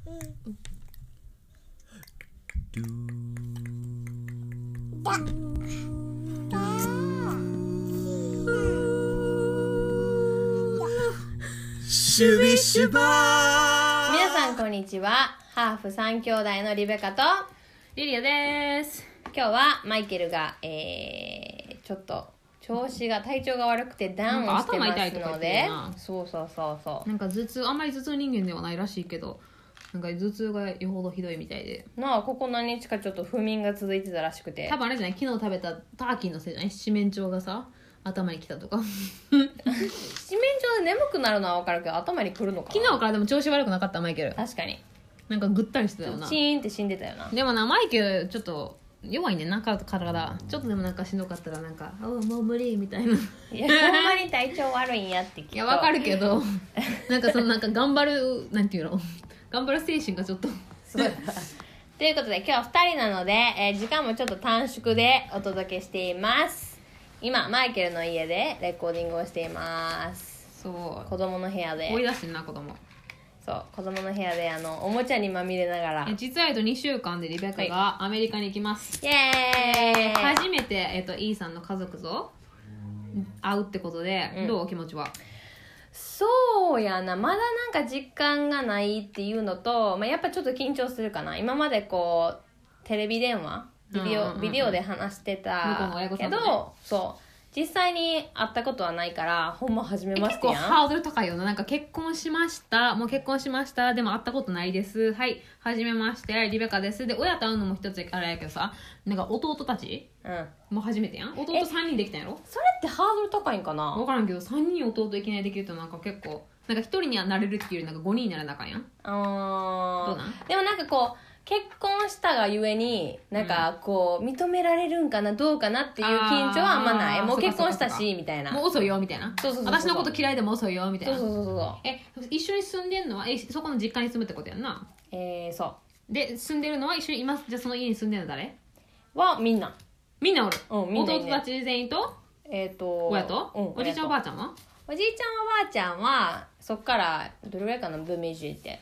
シュビシュバー。 皆さんこんにちは。ハーフ3兄弟のリベカとリリアです。 今日はマイケルが、ちょっと体調が悪くてダウンをしてますので、そうなんか頭痛、あんまり頭痛人間ではないらしいけど、なんか頭痛がよほどひどいみたいで、 ここ何日かちょっと不眠が続いてたらしくて、 多分あれじゃない、昨日食べたターキーのせいじゃない、七面鳥がさ頭に来たとか七面鳥で眠くなるのは分かるけど頭に来るのかな。 昨日からでも調子悪くなかった。マイケル確かになんかぐったりしてたよな。 チーンって死んでたよな。 でもな、マイケルちょっと弱いねんな、体ちょっとでもなんかしんどかったらなんかもう無理みたいな。 いやほんまに体調悪いんやって聞くと。 いやわかるけどなんかそのなんか頑張るなんていうの頑張る精神がちょっとそうだということで今日は2人なので、時間もちょっと短縮でお届けしています。今マイケルの家でレコーディングをしています。 そう子供の部屋で追い出してんな子供。 そう子供の部屋でおもちゃにまみれながら実は2週間でリベカがアメリカに行きます、 イエーイ。 初めて、イーさんの家族と会うってことで、どうお気持ちは。 そうやな、まだなんか実感がないっていうのと、やっぱちょっと緊張するかな。今までこうテレビ電話ビデオで話してた向こうの親御さけんとね、 どそう実際に会ったことはないからほんま初めましてやん。 結構ハードル高いよな。なんか結婚しました、もう結婚しました、でも会ったことないです、はい、はじめまして、リベカです。で親と会うのも一つあれやけどさ、なんか弟たちもう初めてやん。弟3人できたんやろ。 それってハードル高いんかな。 分からんけど3人弟いきなりできるとなんか結構なんか1人にはなれるっていうよりなんか5人にならなあかんやん。どうなんでもなんかこう結婚したがゆえになんかこう認められるんかなどうかなっていう緊張はあんまない。もう結婚したしみたいな、 もう遅いよみたいな。 そう私のこと嫌いでも遅いよみたいな。 そう一緒に住んでんのはそこの実家に住むってことやんな。 そうで住んでるのは一緒に今じゃあその家に住んでるの誰はみんなみんなおる、 みんな弟たち全員と親と、おじいちゃんおばあちゃんはおじいちゃんおばあちゃんはそっからどれぐらいかな、ブメジって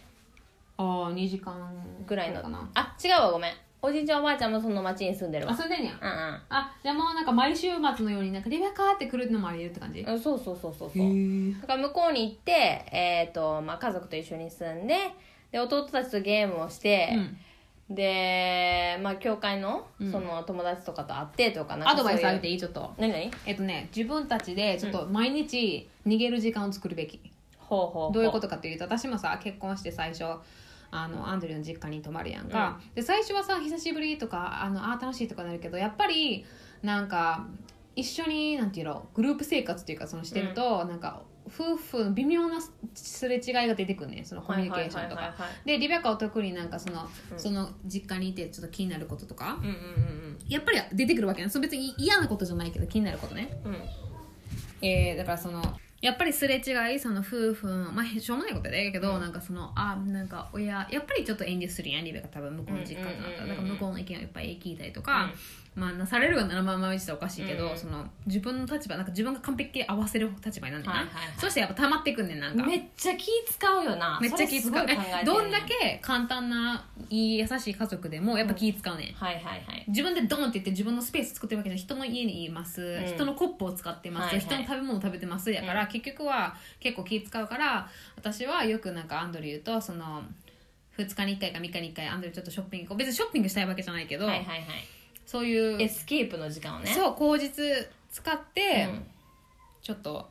2時間ぐらいのかな。 違うわ、ごめん、おじいちゃんおばあちゃんもその町に住んでるわ。 住んでんねや。 うんじゃあもうなんか毎週末のようになんかリベカーって来るのもありえるって感じ。 そうだから向こうに行って家族と一緒に住んで弟たちとゲームをして、で教会のその友達とかと会ってとかなんかアドバイスあげていい？ちょっと何自分たちでちょっと毎日逃げる時間を作るべき。どういうことかっていうと、私もさ結婚して最初アンドリューの実家に泊まるやんか、で最初はさ久しぶりとか楽しいとかなるけど、やっぱりなんか一緒になんていうのグループ生活っていうかそのしてると、なんか夫婦の微妙なすれ違いが出てくるね、そのコミュニケーションとかで。リベカは特になんかその実家にいてちょっと気になることとか、やっぱり出てくるわけね。それ別に嫌なことじゃないけど気になることね、だからそのやっぱりすれ違い、その夫婦のしょうもないことだけど、なんかそのなんかやっぱりちょっと遠慮するやん、リベが多分向こうの実家になったら、だから向こうの意見をいっぱい聞いたりとか、なされるようなままにしたらおかしいけど、その自分の立場なんか自分が完璧に合わせる立場になるんだよな、そしてやっぱ溜まってくんねん。なんかめっちゃ気使うよな。 めっちゃ気使う。どんだけ簡単ないい優しい家族でもやっぱ気使うねん、自分でドンって言って自分のスペース作ってるわけじゃない。人の家にいます、人のコップを使ってます、人の食べ物食べてますやから、結局は結構気使うから、私はよくなんかアンドリューとその2日に1回か3日に1回アンドリューちょっとショッピング、別にショッピングしたいわけじゃないけど、そういうエスケープの時間をね、 そう口実使って、ちょっと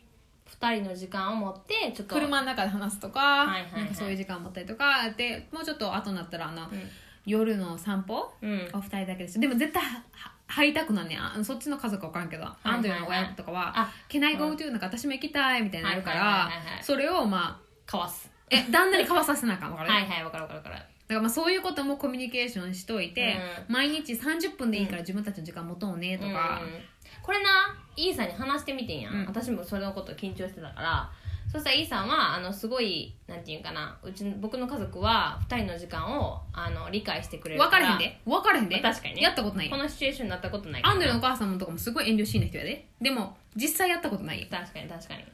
2人の時間を持ってちょっと車の中で話すとか、なんかそういう時間を持ったりとかで、もうちょっと後になったら夜の散歩を2人だけです。でも絶対入りたくなんねん。そっちの家族は分からんけど、アンドリューの親とかは「Can I go to?」なんか私も行きたいみたいになるから、それをかわす。 旦那にかわさせなあかん。分かる？ 分かる。 だからそういうこともコミュニケーションしといて、毎日30分でいいから自分たちの時間持とうねとか、 これなイーさんに話してみてんやん、私もそれのこと緊張してたから。そしたらイーさんはすごいなんていうかな、僕の家族は2人の時間を理解してくれるから。 分からへんで確かにね、 やったことないよ。 このシチュエーションになったことないから。 アンドリューのお母さんとかもすごい遠慮しいな人やで。でも実際やったことないよ。 確かに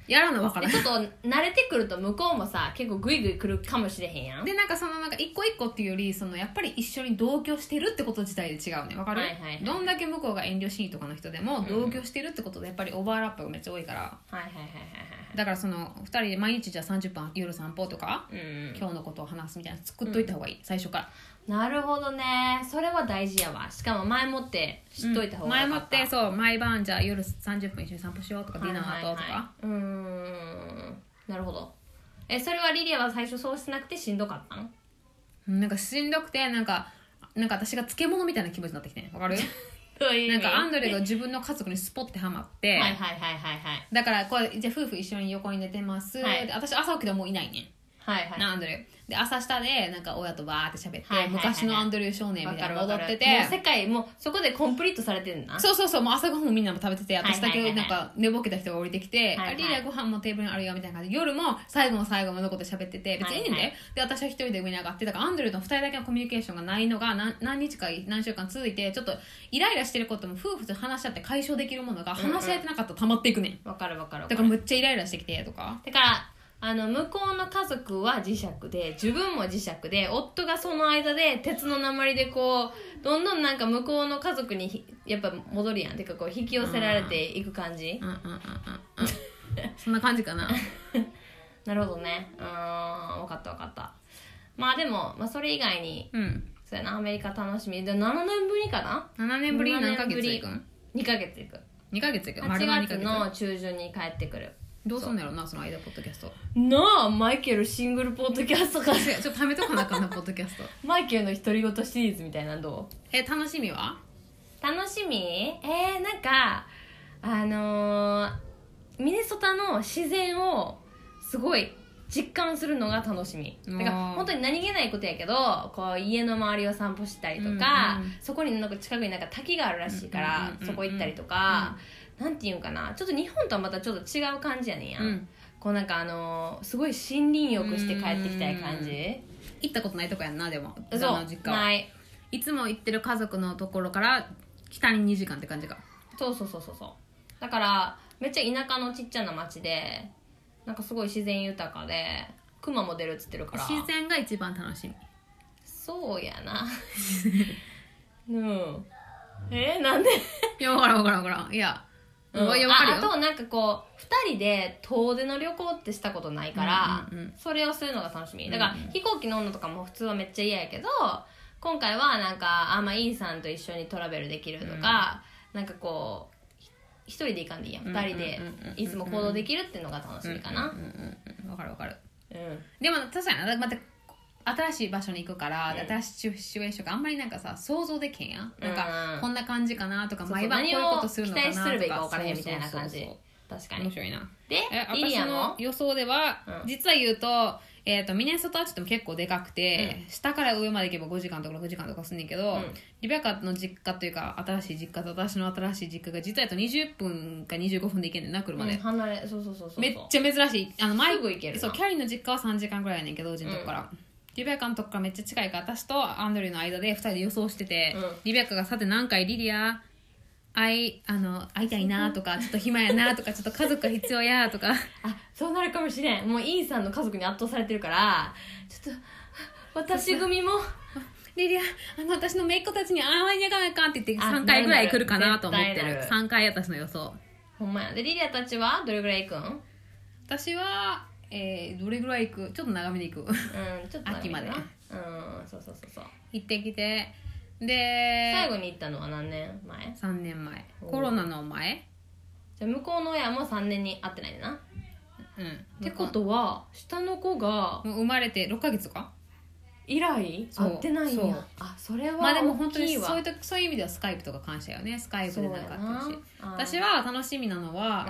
やらな分からんちょっと慣れてくると向こうもさ結構グイグイ来るかもしれへんやん。 でなんか一個一個っていうよりやっぱり一緒に同居してるってこと自体で違うね。分かる、 はいはいはい、 どんだけ向こうが遠慮しいとかの人でも同居してるってことでやっぱりオーバーラップがめっちゃ多いから、 はいはいはいはいはい、 だから2人で毎日じゃあ30分夜散歩とか、今日のことを話すみたいな作っといた方がいい、最初から。 なるほどね、それは大事やわ。しかも前もって知っといた方がいい、 前もってそう毎晩じゃあ夜30分一緒に散歩しようとか、ディナーの後とか、 なるほど。それはリリアは最初そうしなくてしんどかったん？ なんかしんどくてなんか私が漬物みたいな気持ちになってきて、わかるなんかアンドレが自分の家族にスポッてハマってはいはいはいはいはい、 だからこれじゃあ夫婦一緒に横に寝てます、はい、で私朝起きてもういないねん、 はいはい、 アンドレで朝下でなんか親とバーって喋って、はいはいはいはい、昔のアンドレ少年みたいなの踊ってて、 もう世界もうそこでコンプリートされてるな。 そうもう朝ごはんもみんなも食べてて、私だけなんか寝ぼけた人が降りてきて、はいはい、リリアご飯もテーブルにあるよみたいな感じで、夜も最後の最後まで残って喋ってて別にいいんで、はいはい、で私は一人で上に上がって、だからアンドレと2人だけのコミュニケーションがないのが何日か何週間続いて、ちょっとイライラしてることも夫婦で話し合って解消できるものが話し合えてなかったら溜まっていくねん。 わかるわかる。 だからむっちゃイライラしてきてとか、 だから向こうの家族は磁石で自分も磁石で、夫がその間で鉄の鉛でこうどんどんなんか向こうの家族にやっぱ戻るやんっていうか、こう引き寄せられていく感じ。 そんな感じかな。 なるほどね。分かった分かった。まあでも、それ以外に、そうやな、アメリカ楽しみで7年ぶりかな。 7年ぶりに何ヶ月行くん ？2ヶ月行く。 2ヶ月行く。 8月の中旬に帰ってくる。 どうすんのやろな、その間ポッドキャストなあ、マイケルシングルポッドキャストかちょっとためとかなあかんなポッドキャストマイケルの独り言シリーズみたいなのどう？楽しみは？ 楽しみ？なんかミネソタの自然をすごい実感するのが楽しみ。だから本当に何気ないことやけど、こう家の周りを散歩したりとか、そこになんか近くになんか滝があるらしいから、そこ行ったりとか、なんていうんかな、ちょっと日本とはまたちょっと違う感じやねんや、こうなんかすごい森林浴して帰ってきたい感じ。 行ったことないとこやんな。でもそう実家はいつも行ってる家族のところから北に2時間って感じか。 そうだからめっちゃ田舎のちっちゃな町で、なんかすごい自然豊かで熊も出るっつってるから、 自然が一番楽しみ。 そうやななんでいや分からんいやあとなんかこう2人で遠出の旅行ってしたことないから、それをするのが楽しみだから、飛行機乗るのとかも普通はめっちゃ嫌やけど、今回はなんかイーさんと一緒にトラベルできるとか、なんかこう一人で行かんでいいやん、2人でいつも行動できるっていうのが楽しみかな。 分かる、でも確かにまた新しい場所に行くから、新しいシチュエーションがあんまりなんかさ想像できへんやん。なんかこんな感じかなとか、毎晩こういうことするのかなとか、 何を期待するべきか分からへんみたいな感じ。確かに面白いな。 でリリアの予想では、実は言うとミネソタはちょっと結構でかくて、下から上まで行けば5時間とか6時間とかすんねんけど、リベカの実家というか新しい実家と私の新しい実家が実は20分か25分で行けんねんな、車で。 離れそうめっちゃ珍しい。 すぐ行ける。 そう、キャリーの実家は3時間ぐらいやねんけど、うちのとこから。リベカのとこからめっちゃ近いから、私とアンドリューの間で2人で予想してて、リベカがさて何回リリア会いたいなとか、ちょっと暇やなとか、ちょっと家族が必要やとかそうなるかもしれん。もうイーさんの家族に圧倒されてるから、ちょっと私組もリリア私の姪っ子たちに会いに行かないかんって言って3回ぐらい来るかなと思ってる。3回私の予想。 ほんまや。でリリアたちはどれぐらい行くん？ 私はどれぐらい行く？ちょっと長めで行く。 ちょっと秋まで。 そう行ってきて、で最後に行ったのは何年前 ？3年前。コロナの前。 じゃあ向こうの親も3年に会ってないんだな。ってことは下の子がもう生まれて6ヶ月か以来会ってないんや。それはでも本当にそういう意味ではスカイプとか感謝よね。スカイプでなんかあってるし、私は楽しみなのは、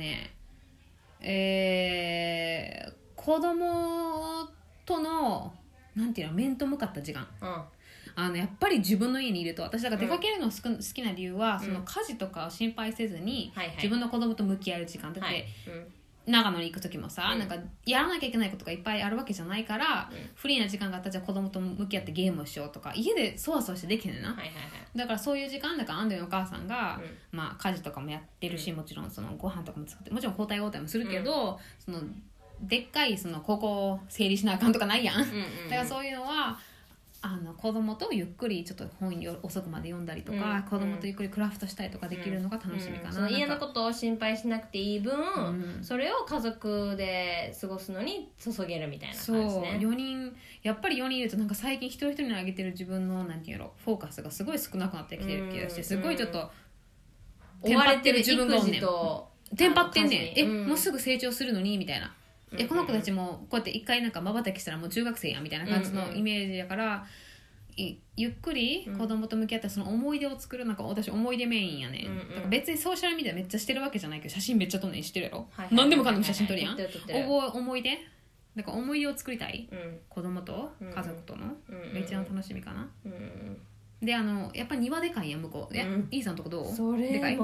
子供とのなんていうの、面と向かった時間。やっぱり自分の家にいると、私だから出かけるの好きな理由は、その家事とかを心配せずに、自分の子供と向き合える時間だって、 長野に行く時もさ、なんかやらなきゃいけないことがいっぱいあるわけじゃないから、フリーな時間があったらじゃあ子供と向き合ってゲームをしようとか家でそわそわしてできへんねんな、だからそういう時間だからアンドリのお母さんが、まあ、家事とかもやってるし、もちろんそのご飯とかも作ってもちろん交代交代もするけど、そのでっかいそのここを整理しなあかんとかないやん、だからそういうのは子供とゆっくりちょっと本遅くまで読んだりとか、子供とゆっくりクラフトしたりとかできるのが楽しみかな、 その家のことを心配しなくていい分、それを家族で過ごすのに注げるみたいな感じね。 そう4人やっぱり4人いるとなんか最近一人一人にあげてる自分のなんていうのフォーカスがすごい少なくなってきてる気がして、すごいちょっとテンパってる自分がおんねん。テンパってんねん、もうすぐ成長するのにみたいな、この子たちもこうやって一回なんか瞬きしたらもう中学生やんみたいな感じのイメージだから、ゆっくり子供と向き合ったその思い出を作る、なんか私思い出メインやね、だから別にソーシャルメディアめっちゃしてるわけじゃないけど写真めっちゃ撮んねん、知ってるやろ、何でもかんでも写真撮るやん、思い出だから思い出を作りたい、子供と家族とのが一番楽しみかな、でやっぱり庭でかいやん向こう、イーさんのとこどう？ それもでかい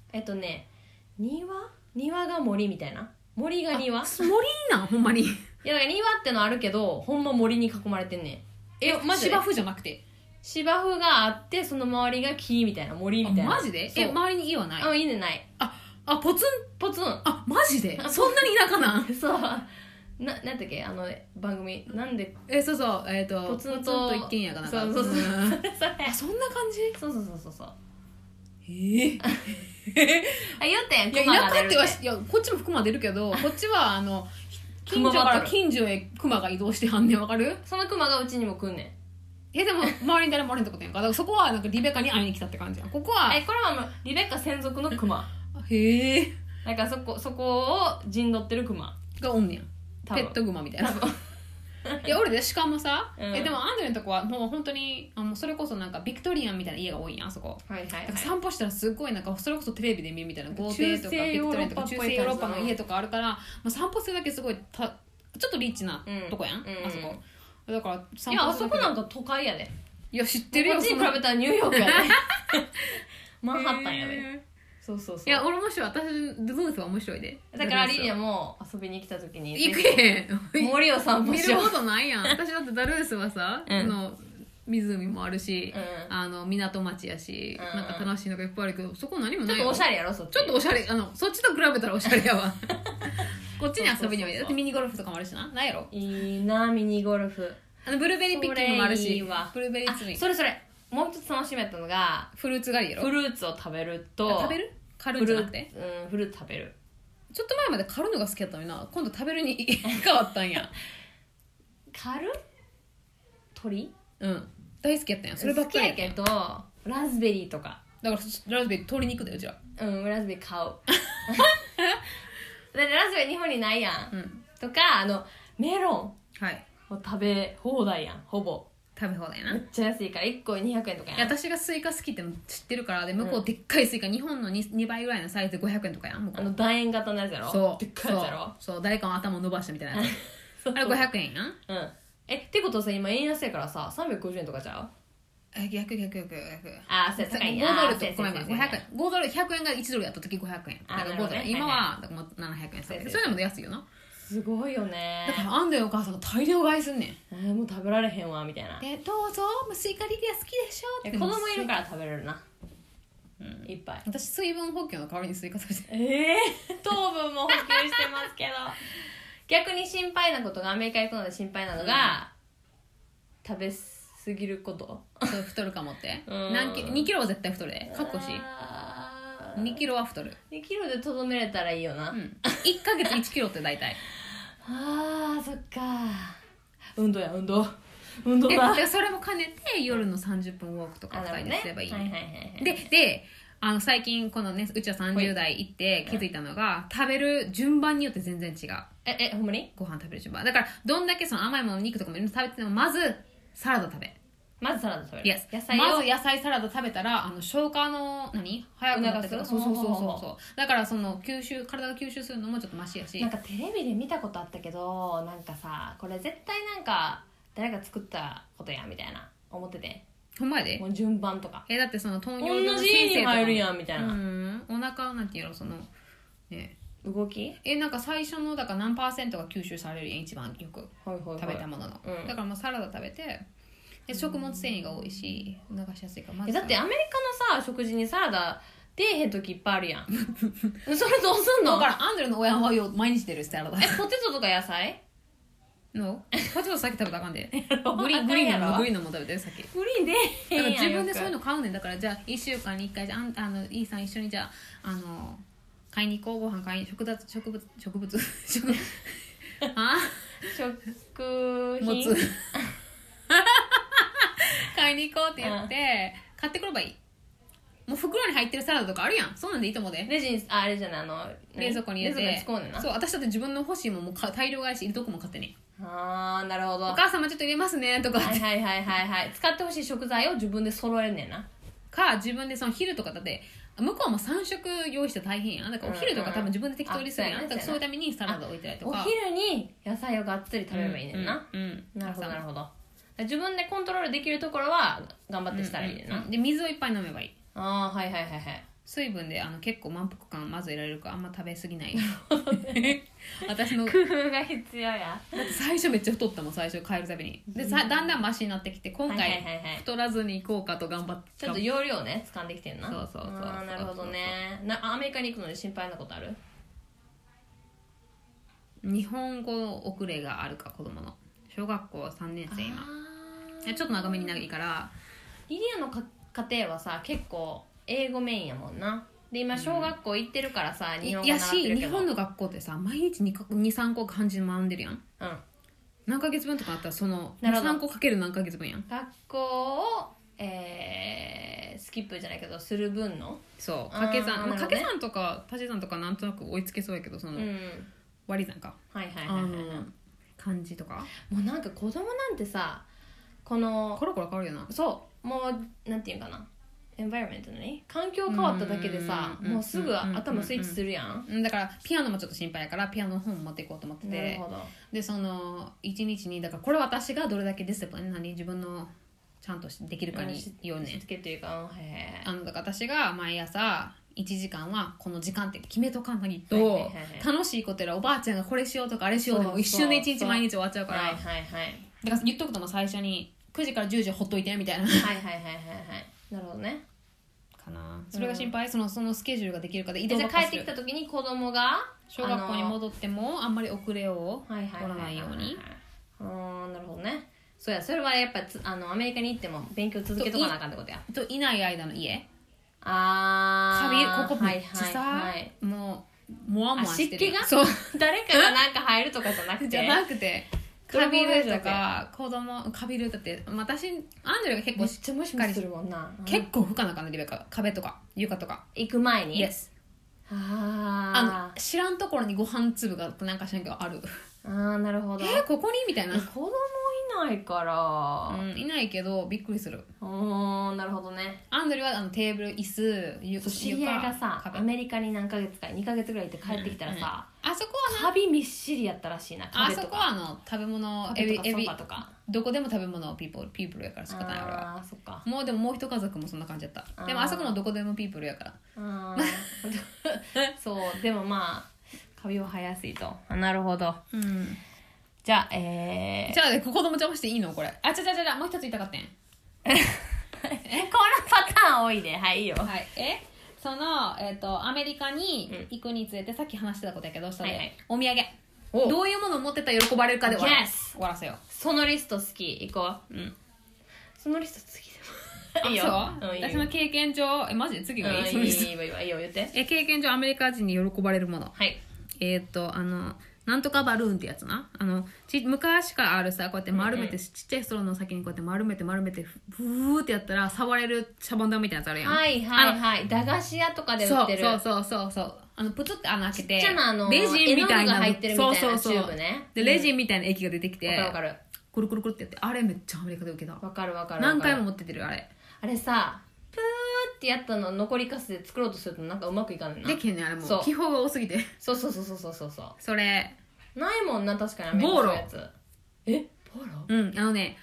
庭が森みたいな、森が庭、 森なんほんまに。いやだから庭ってのあるけどほんま森に囲まれてんねん。 マジで芝生じゃなくて芝生があってその周りが木みたいな森みたいな。 マジで？周りに家はない？ 家ない。 ポツンポツン。 マジで？そんなに田舎なん？ そうなんだっけ番組なんでそうポツンと一軒家がなんかそうそんな感じ。そう言ったやん、 いや田舎っていやこっちも熊出るけどこっちは近所から近所へ熊が移動してはんねん、わかる？ その熊がうちにも来んねん。 でも周りに誰もおれんってことやんか、だからそこはなんかリベカに会いに来たって感じやん。ここはこれはリベカ専属の熊へえ、 なんかそこを陣取ってる熊がおんねん、ペット熊みたいな。いや俺でしかもさ、でもアンドレのとこはもう本当にそれこそなんかビクトリアンみたいな家が多いやんあそこ、だから散歩したらすごいなんかそれこそテレビで見るみたいな豪邸とかビクトリアンとか中世ヨーロッパの家とかあるから、散歩するだけすごいちょっとリッチなとこやん、あそこだから散歩するだけで。いやあそこなんか都会やで。いや知ってるよ、こっちに比べたらニューヨークやで。マンハッタンやで。そういや俺もし私ドゥースは面白いで、だからリリアも遊びに来た時に行くへん森を散歩しよう。 見ることないやん。私だってダルースはさ、湖もあるし、港町やし、なんか楽しいのがいっぱいあるけどそこ何もないよ。ちょっとおしゃれやろそっち。ちょっとおしゃれそっちと比べたらおしゃれやわ。こっちに遊びにおいで。だってミニゴルフとかもあるしないやろ。いいなミニゴルフ。ブルーベリーピッキングもあるし、ブルーベリー摘み。それもう一つ楽しめたのがフルーツ狩りやろ。フルーツを食べると食べる狩るんじゃなくてフルーツ食べる。ちょっと前まで狩るのが好きだったのにな、今度食べるに変わったんや。狩る鳥大好きやったんや。そればっかりやけどラズベリーとかだからラズベリー取りに行くだよ。じゃあラズベリー買う。だってラズベリー日本にないやん、とかメロンを食べ放題やん。ほぼ食べ放題な。めっちゃ安いから1個200円とかやん。私がスイカ好きって知ってるからで、向こうでっかいスイカ、日本の 2倍ぐらいのサイズで500円とかやん。向こう楕円型のやつやろ。そうでっかいやつやろ。そう誰かの頭を伸ばしたみたいなやつ。あれ500円やん。ってことはさ今円安やからさ350円とかちゃう？逆そうや高いな。5ドルとごめん500円5ドル100円が1ドルやった時500円だから5ドル、今はもう700円。それでも安いよな。すごいよね。だからアンデのお母さんが大量買いすんねん。もう食べられへんわみたいな。でどうぞスイカリリア好きでしょって。子供いるから食べれるな。いっぱい。私水分補給の代わりにスイカ食べて糖分も補給してますけど。逆に心配なことがアメリカ行くので心配なのが、食べ過ぎること。そう太るかもって。2キロは絶対太るで。確保し。2キロは太る。2キロでとどめれたらいいよな。1ヶ月1キロって大体。そっか。運動だ。でそれも兼ねて夜の30分ウォークとか2人ですればいい。で最近このねうちは30代行って気づいたのが、食べる順番によって全然違う。ほんまに？ご飯食べる順番だから、どんだけその甘いもの肉とかも食べててもまずサラダ食べる。まず野菜サラダ食べたら消化の早くなったりとか。そうだから体が吸収するのもちょっとマシやし。なんかテレビで見たことあったけど、なんかさこれ絶対なんか誰が作ったことやみたいな思ってて。ほんまやで。もう順番とかだってその糖尿病の先生とか同じ家に入るやんみたいな。お腹なんていうの動きなんか最初のだから何%が吸収されるやん一番よく食べたものの、だからもうサラダ食べてで食物繊維が多いし流しやすいからまずだってアメリカのさ食事にサラダ出えへん時いっぱいあるやんそれどうすんの？ だからアンドレの親はよ毎日出るサラダポテトとか野菜のポテトさっき食べたらあかんでグリーンのも食べてるさっきグリーンでだから自分でそういうの買うねんだからじゃあ1週間に1回じゃイーさん一緒にじゃあ買いに行こうご飯買いに植物あ食品買いに行こうって言って買ってくればいい。もう袋に入ってるサラダとかあるやん。そんなんでいいと思うで。 レジにあれじゃない冷蔵庫に入れて冷蔵庫に突っ込んでな。 そう私だって自分の欲しいもんも大量買いし入れとくもん勝手に。 あーなるほど。 お母様ちょっと入れますねとかはい使ってほしい食材を自分で揃えんねんな。 か自分でその昼とかだって向こうも3食用意して大変やん。だからお昼とか多分自分で適当にするやん。だからそういうためにサラダ置いてたりとか。 お昼に野菜をがっつり食べればいいねんな。なるほどなるほど。自分でコントロールできるところは頑張ってしたらいいねんな。 で水をいっぱい飲めばいい。 ああはい水分で結構満腹感まず得られるからあんま食べ過ぎない私の工夫が必要や。 だって最初めっちゃ太ったもん最初帰るたびにでだんだんマシになってきて今回太らずに行こうかと頑張ってちょっと容量ね掴んできてんな。 そうああなるほどね。アメリカに行くので心配なことある？ 日本語遅れがあるか子供の小学校3年生今ちょっと長めにないからリリアの家庭はさ結構英語メインやもんな。で今小学校行ってるからさ、日本語習ってるけど日本の学校ってさ毎日 2,3 個漢字学んでるやん。何ヶ月分とかあったらその 2,3 個かける何ヶ月分やん。 学校を、スキップじゃないけどする分のそう掛け算、掛け算とか足し算とかなんとなく追いつけそうやけどその、割り算か漢字とかもうなんか子供なんてさこのコロコロ変わるよな。 そうもうなんていうかなエンバイロメントのね環境変わっただけでさもうすぐ頭スイッチするやん。 だからピアノもちょっと心配やからピアノの本持っていこうと思ってて。 なるほど。 でその1日にだからこれ私がどれだけディスプリン自分のちゃんとできるかにようねん。 しつけというかだから私が毎朝1時間はこの時間って決めとかないと楽しいことやらおばあちゃんがこれしようとかあれしようでも一瞬で1日毎日終わっちゃうからだから言っとくとも最初に9時から10時ほっといてみたいななるほどねかな。それが心配、そのスケジュールができるかでじゃあ帰ってきた時に子供が小学校に戻ってもあんまり遅れを取らないように。 なるほどね。そうやそれはやっぱアメリカに行っても勉強続けとかなあかんってことや。 といない間の家ここめっちゃさもうもわもわしてる。 湿気がそう誰かがなんか入るとかじゃなくてカビるとか子供カビるだって私アンドレが結構めっちゃムシムシするもんな。 結構負荷な感じで壁とか床とか行く前に Yes 知らんところにご飯粒がなんかしなきゃある。 なるほど。 ここにみたいな。 子供いないからいないけどびっくりする。 なるほどね。 アンドレはテーブル椅子知り合いがさアメリカに何ヶ月か2ヶ月ぐらい行って帰ってきたらさあそこはカビみっしりやったらしいな。 あそこは食べ物エビとかどこでも食べ物ピープルやから仕方ない俺は。 そっか。 もう一家族もそんな感じだった。でもあそこもどこでもピープルやからそうでもまあカビは生えやすいと。なるほど。じゃあじゃあ子供邪魔していいのこれ。もう一つ言いたかったんこのパターン多いで。はいいいよ。 はいアメリカに行くにつれてさっき話してたことやけどお土産どういうものを持ってたら喜ばれるかで終わらせよう。 そのリスト好き。行こう。そのリスト好きでもいいよ。 私の経験上マジで次がいい。 いいよ言って。 経験上アメリカ人に喜ばれるもの。 はいなんとかバルーンってやつな。昔からあるさこうやって丸めて、ちっちゃいストローの先にこうやって丸めてふーってやったら触れるシャボン玉みたいなやつあるやん。 駄菓子屋とかで売ってる。 そうプツって穴開けてちっちゃなレジンみたいな入ってるみたいなチューブね。 でレジンみたいな液が出てきてわかるくるくるくるってやってあれめっちゃアメリカで受けた。 わかる何回も持っててるあれさプーってやったの残りかすで作ろうとするとなんかうまくいかんねんな。 できへんねあれもう気泡が多すぎて。 そうそれないもんな確かにアメリカのやつ。ボーロ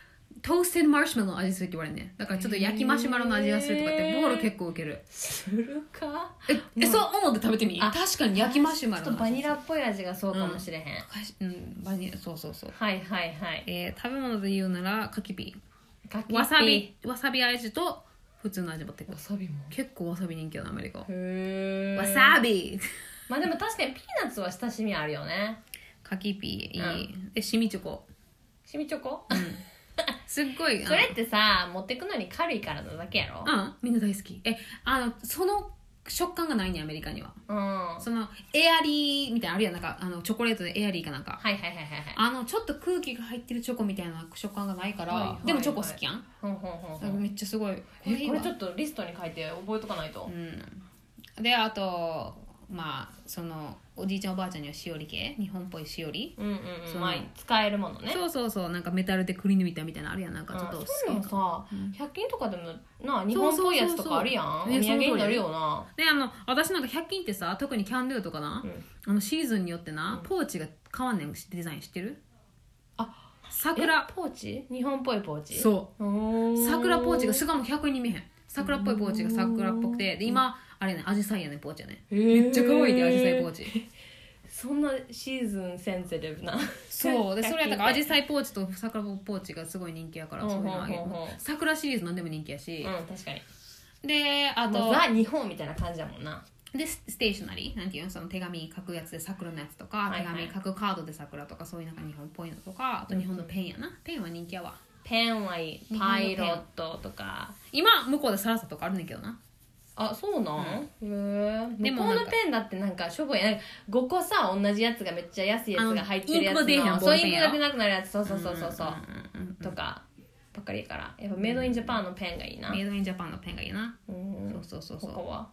トーステッドマシュマロの味するって言われるね。だからちょっと焼きマシュマロの味がするとかってボール結構ウケる。 するかそう思って食べてみ。確かに焼きマシュマロちょっとバニラっぽい味がそうかもしれへん。バニラ、そうそうそう。 はいはいはい。 食べ物で言うならカキピー。わさび味と普通の味持ってくる。 わさびも結構わさび人気だなアメリカ。 へわさびまあでも確かにピーナッツは親しみあるよね。 カキピーいい。シミチョコ。 シミチョコすっごい。 それってさ、持ってくのに軽いからなだけやろ。 みんな大好き。その食感がないねアメリカには。そのエアリーみたいなあるやん、なんかチョコレートでエアリーかなんか。 はいはいはいはい。 ちょっと空気が入ってるチョコみたいな食感がないから、でもチョコ好きやん。めっちゃすごい。これちょっとリストに書いて覚えとかないと。 であとまあそのおじいちゃんおばあちゃんにはしおり系、日本っぽいしおり、 まあ使えるものね。 そうなんかメタルでくり抜いたみたいなのあるやん、なんかちょっとそういうのさ、100均とかでもな日本っぽいやつとかあるやん。お土産になるよな。 で私なんか100均ってさ、特にキャンドゥとかな、シーズンによってなポーチが変わんねん。デザイン知ってる？桜ポーチ？日本っぽいポーチ？ そう桜ポーチがしかも100円に見えへん。桜っぽいポーチが桜っぽくて、で今あれね、アジサイやねポーチやね。めっちゃ可愛いでアジサイポーチ。 そんなシーズンセンシティブな。 そうで、それやったからアジサイポーチと桜ポーチがすごい人気やから、そういうのあげる。桜シリーズなんでも人気やし、 確かに。 であとザ日本みたいな感じやもんな。 でステーショナリーなんていうの、その手紙書くやつで桜のやつとか、手紙書くカードで桜とか、そういうなんか日本っぽいのとか、あと日本のペンやな。ペンは人気やわ。 ペンはいい。パイロットとか。 今向こうでサラサとかあるねんけどな。 そうなん？でも向こうのペンだってなんかしょぼい。5個さ同じやつがめっちゃ安いやつが入ってるやつの、そうインクが出なくなるやつ、そうとかばっかりやから、やっぱメイドインジャパンのペンがいいな。 メイドインジャパンのペンがいいな。そう他は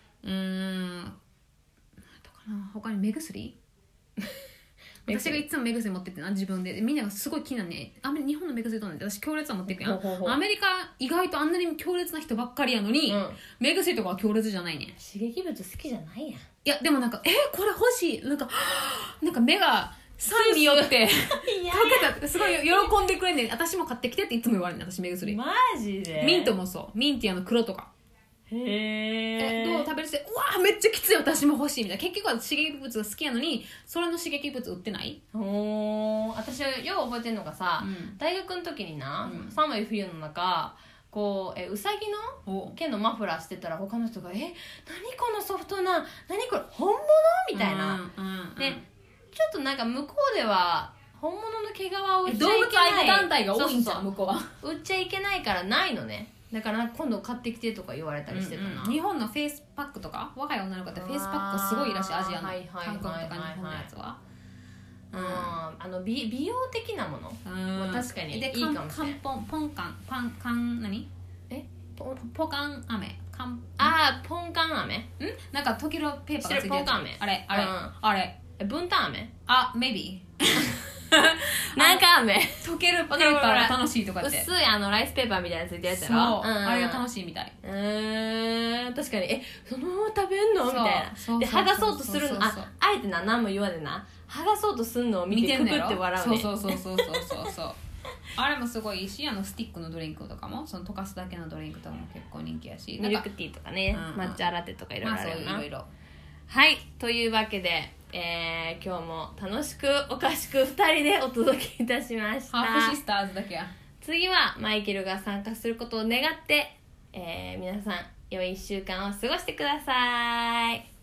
他に目薬私がいつも目薬持ってってな、自分でみんながすごい気になるね。日本の目薬どうなんで、私強烈は持っていくやん。アメリカ意外とあんなに強烈な人ばっかりやのに、目薬とかは強烈じゃないね。 刺激物好きじゃないやん。いやでもなんかこれ欲しい、なんか目が酸によってかけたすごい喜んでくれんねん。私も買ってきてっていつも言われるねん、私目薬。 マジで？ ミントもそう、ミンティアの黒とか。どう食べるしてうわめっちゃきつい、私も欲しいみたいな。結局は刺激物が好きやのに、それの刺激物売ってない。 私はよう覚えてんのがさ、大学の時にな、寒い冬の中こううさぎの毛のマフラーしてたら、他の人が何このソフトな、何これ本物みたいな。でちょっとなんか向こうでは本物の毛皮を売っちゃいけない、 動物愛護団体が多いんじゃん向こうは。 売っちゃいけないからないのね。だから今度買ってきてとか言われたりしてたな。 日本のフェイスパックとか、若い女の子ってフェイスパックがすごいいいらしい、アジアの韓国とか日本のやつは。 美容的なものは確かにいいかもしれない。 ポカン飴。 ポンカン飴。 なんか時のペーパーがついてるやつ。 ポンカン飴。 あれ。 分担飴。 maybe。 なんか飴。 溶けるペーパーが楽しいとかって。 薄いライスペーパーみたいなやついてるやつやろ。 あれが楽しいみたい。 確かにそのまま食べんのみたいな。で剥がそうとするの、あえて何も言わでな、剥がそうとするのを見てククって笑うね。 そうあれもすごいいいし、スティックのドリンクとかも、その溶かすだけのドリンクとかも結構人気やし、 ミルクティーとかね、抹茶ラテとかいろいろあるよな。 いろいろ。 はい、というわけで、今日も楽しくおかしく2人でお届けいたしました。 ハーフシスターズだけや。 次はマイケルが参加することを願って、皆さん良い1週間を過ごしてください。